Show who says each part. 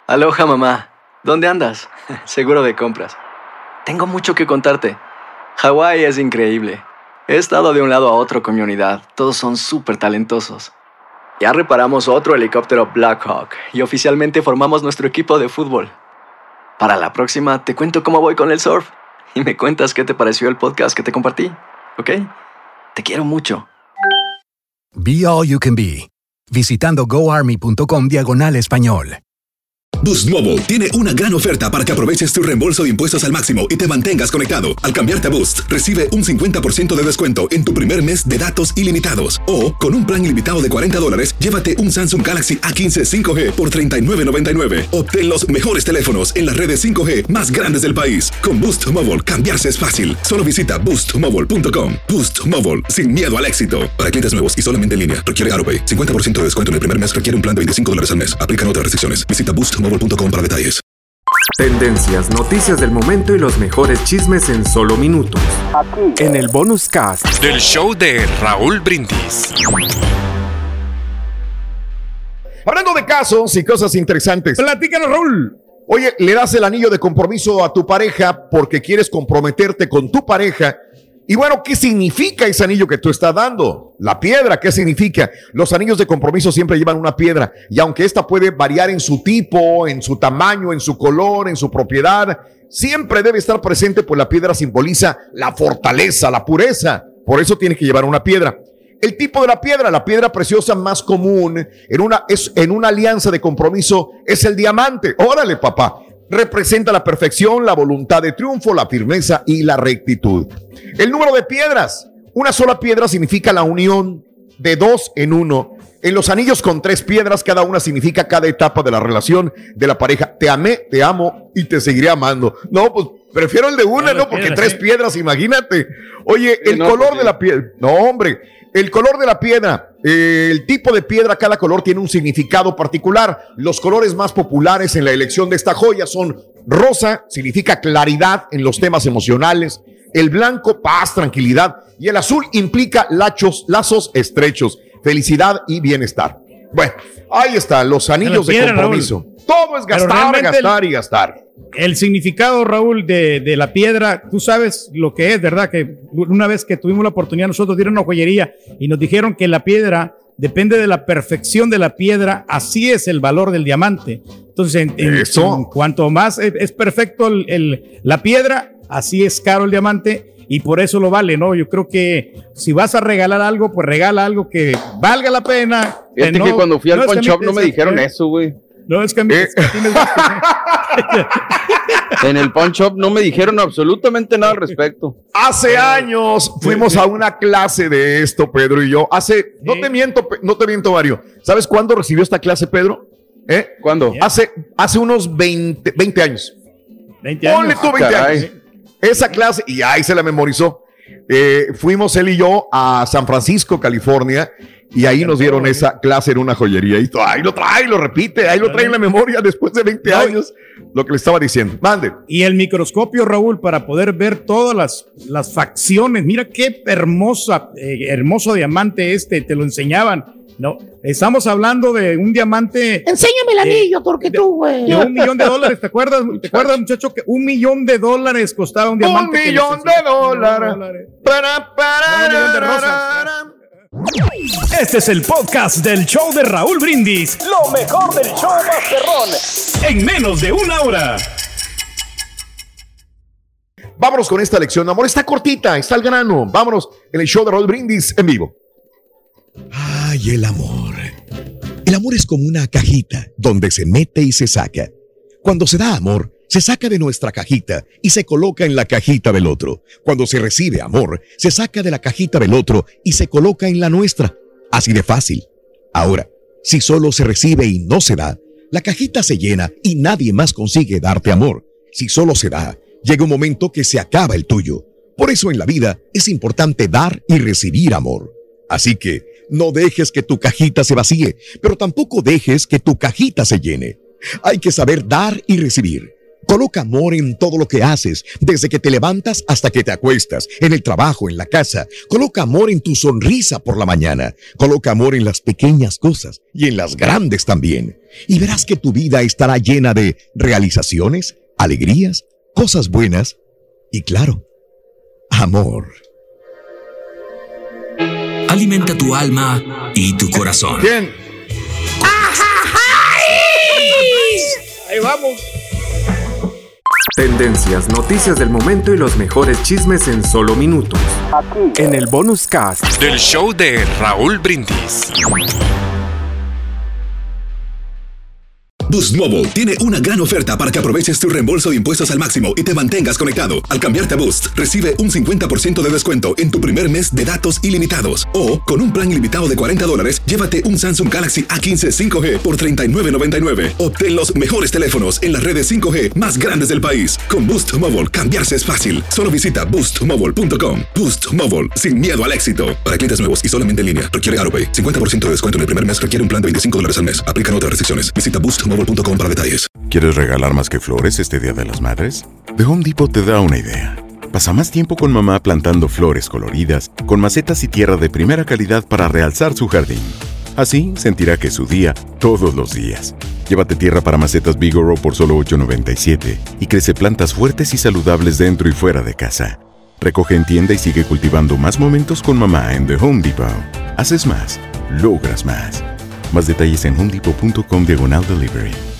Speaker 1: Aloha, mamá. ¿Dónde andas? Seguro de compras. Tengo mucho que contarte. Hawái es increíble. He estado de un lado a otro con mi unidad. Todos son súper talentosos. Ya reparamos otro helicóptero Blackhawk y oficialmente formamos nuestro equipo de fútbol. Para la próxima te cuento cómo voy con el surf y me cuentas qué te pareció el podcast que te compartí, ¿ok? Te quiero mucho.
Speaker 2: Be All You Can Be, visitando goarmy.com/español.
Speaker 3: Boost Mobile tiene una gran oferta para que aproveches tu reembolso de impuestos al máximo y te mantengas conectado. Al cambiarte a Boost, recibe un 50% de descuento en tu primer mes de datos ilimitados. O, con un plan ilimitado de $40, llévate un Samsung Galaxy A15 5G por $39.99. Obtén los mejores teléfonos en las redes 5G más grandes del país. Con Boost Mobile, cambiarse es fácil. Solo visita boostmobile.com. Boost Mobile, sin miedo al éxito. Para clientes nuevos y solamente en línea, requiere AutoPay. 50% de descuento en el primer mes requiere un plan de $25 al mes. Aplican otras restricciones. Visita boostmobile.com para detalles.
Speaker 4: Tendencias, noticias del momento y los mejores chismes en solo minutos. Aquí, en el Bonus Cast
Speaker 5: del show de Raúl Brindis.
Speaker 6: Hablando de casos y cosas interesantes.
Speaker 7: Platícanos, Raúl.
Speaker 6: Oye, le das el anillo de compromiso a tu pareja porque quieres comprometerte con tu pareja. Y bueno, ¿qué significa ese anillo que tú estás dando? La piedra, ¿qué significa? Los anillos de compromiso siempre llevan una piedra, y aunque esta puede variar en su tipo, en su tamaño, en su color, en su propiedad, siempre debe estar presente, pues la piedra simboliza la fortaleza, la pureza. Por eso tiene que llevar una piedra. El tipo de la piedra preciosa más común en una alianza de compromiso es el diamante. Órale, papá. Representa la perfección, la voluntad de triunfo, la firmeza y la rectitud. El número de piedras. Una sola piedra significa la unión de dos en uno. En los anillos con 3 piedras, cada una significa cada etapa de la relación de la pareja. Te amé, te amo y te seguiré amando. No, pues prefiero el de una, ¿no? Porque 3 piedras, imagínate. Oye, el color de la piedra. No, hombre. El color de la piedra, el tipo de piedra, cada color tiene un significado particular. Los colores más populares en la elección de esta joya son rosa, significa claridad en los emocionales. El blanco, paz, tranquilidad. Y el azul implica lazos estrechos, felicidad y bienestar. Bueno, ahí están los anillos de compromiso. Raúl. Todo es gastar, gastar y gastar.
Speaker 7: El significado, Raúl, de la piedra, tú sabes lo que es, ¿verdad? Que una vez que tuvimos la oportunidad nosotros de ir a una joyería y nos dijeron que la piedra depende de la perfección de la piedra, así es el valor del diamante. Entonces, en cuanto más es perfecto la piedra, así es caro el diamante. Y por eso lo vale, ¿no? Yo creo que si vas a regalar algo, pues regala algo que valga la pena.
Speaker 8: Fíjate que cuando fui al pawn shop no me dijeron eso, güey.
Speaker 7: No, es que
Speaker 8: en el pawn shop no me dijeron absolutamente nada al respecto.
Speaker 6: Hace años fuimos a una clase de esto, Pedro y yo. No te miento, Mario. ¿Sabes cuándo recibió esta clase, Pedro?
Speaker 8: ¿Cuándo?
Speaker 6: Hace unos 20 años.
Speaker 7: 20 años.
Speaker 6: Ponle tú 20 años. Esa clase, y ahí se la memorizó. Fuimos él y yo a San Francisco, California, y ahí nos dieron esa clase en una joyería. Y ahí lo trae, lo repite, ahí lo trae en la memoria después de 20 años, lo que le estaba diciendo. Mande.
Speaker 7: Y el microscopio, Raúl, para poder ver todas las facciones. Mira qué hermoso diamante te lo enseñaban. No, estamos hablando de un diamante.
Speaker 9: Enséñame el anillo, porque tú, güey.
Speaker 7: De $1 millón, ¿te acuerdas? ¿Te acuerdas, muchacho, que $1 millón costaba un diamante?
Speaker 6: $1 millón de dólares.
Speaker 5: Este es el podcast del show de Raúl Brindis. Lo mejor del show Masterrón. En menos de una hora.
Speaker 6: Vámonos con esta lección, amor. Está cortita, está al grano. Vámonos en el show de Raúl Brindis en vivo.
Speaker 3: Ay, el amor. El amor es como una cajita donde se mete y se saca. Cuando se da amor, se saca de nuestra cajita y se coloca en la cajita del otro. Cuando se recibe amor, se saca de la cajita del otro y se coloca en la nuestra. Así de fácil. Ahora, si solo se recibe y no se da, la cajita se llena y nadie más consigue darte amor. Si solo se da, llega un momento que se acaba el tuyo. Por eso en la vida es importante dar y recibir amor. Así que no dejes que tu cajita se vacíe, pero tampoco dejes que tu cajita se llene. Hay que saber dar y recibir. Coloca amor en todo lo que haces, desde que te levantas hasta que te acuestas, en el trabajo, en la casa. Coloca amor en tu sonrisa por la mañana. Coloca amor en las pequeñas cosas y en las grandes también. Y verás que tu vida estará llena de realizaciones, alegrías, cosas buenas y, claro, amor.
Speaker 10: Alimenta tu alma y tu corazón.
Speaker 6: ¿Quién?
Speaker 7: Ahí vamos.
Speaker 4: Tendencias, noticias del momento y los mejores chismes en solo minutos. Aquí. En el bonus cast
Speaker 11: del show de Raúl Brindis.
Speaker 12: Boost Mobile tiene una gran oferta para que aproveches tu reembolso de impuestos al máximo y te mantengas conectado. Al cambiarte a Boost, recibe un 50% de descuento en tu primer mes de datos ilimitados. O, con un plan ilimitado de $40, llévate un Samsung Galaxy A15 5G por $39.99. Obtén los mejores teléfonos en las redes 5G más grandes del país. Con Boost Mobile, cambiarse es fácil. Solo visita boostmobile.com. Boost Mobile, sin miedo al éxito. Para clientes nuevos y solamente en línea, requiere AroPay. 50% de descuento en el primer mes requiere un plan de $25 al mes. Aplican otras restricciones. Visita boostmobile.com para detalles.
Speaker 13: ¿Quieres regalar más que flores este Día de las Madres? The Home Depot te da una idea. Pasa más tiempo con mamá plantando flores coloridas, con macetas y tierra de primera calidad para realzar su jardín. Así sentirá que es su día todos los días. Llévate tierra para macetas Bigoro por solo $8.97 y crece plantas fuertes y saludables dentro y fuera de casa. Recoge en tienda y sigue cultivando más momentos con mamá en The Home Depot. Haces más, logras más. Más detalles en homedepot.com/delivery.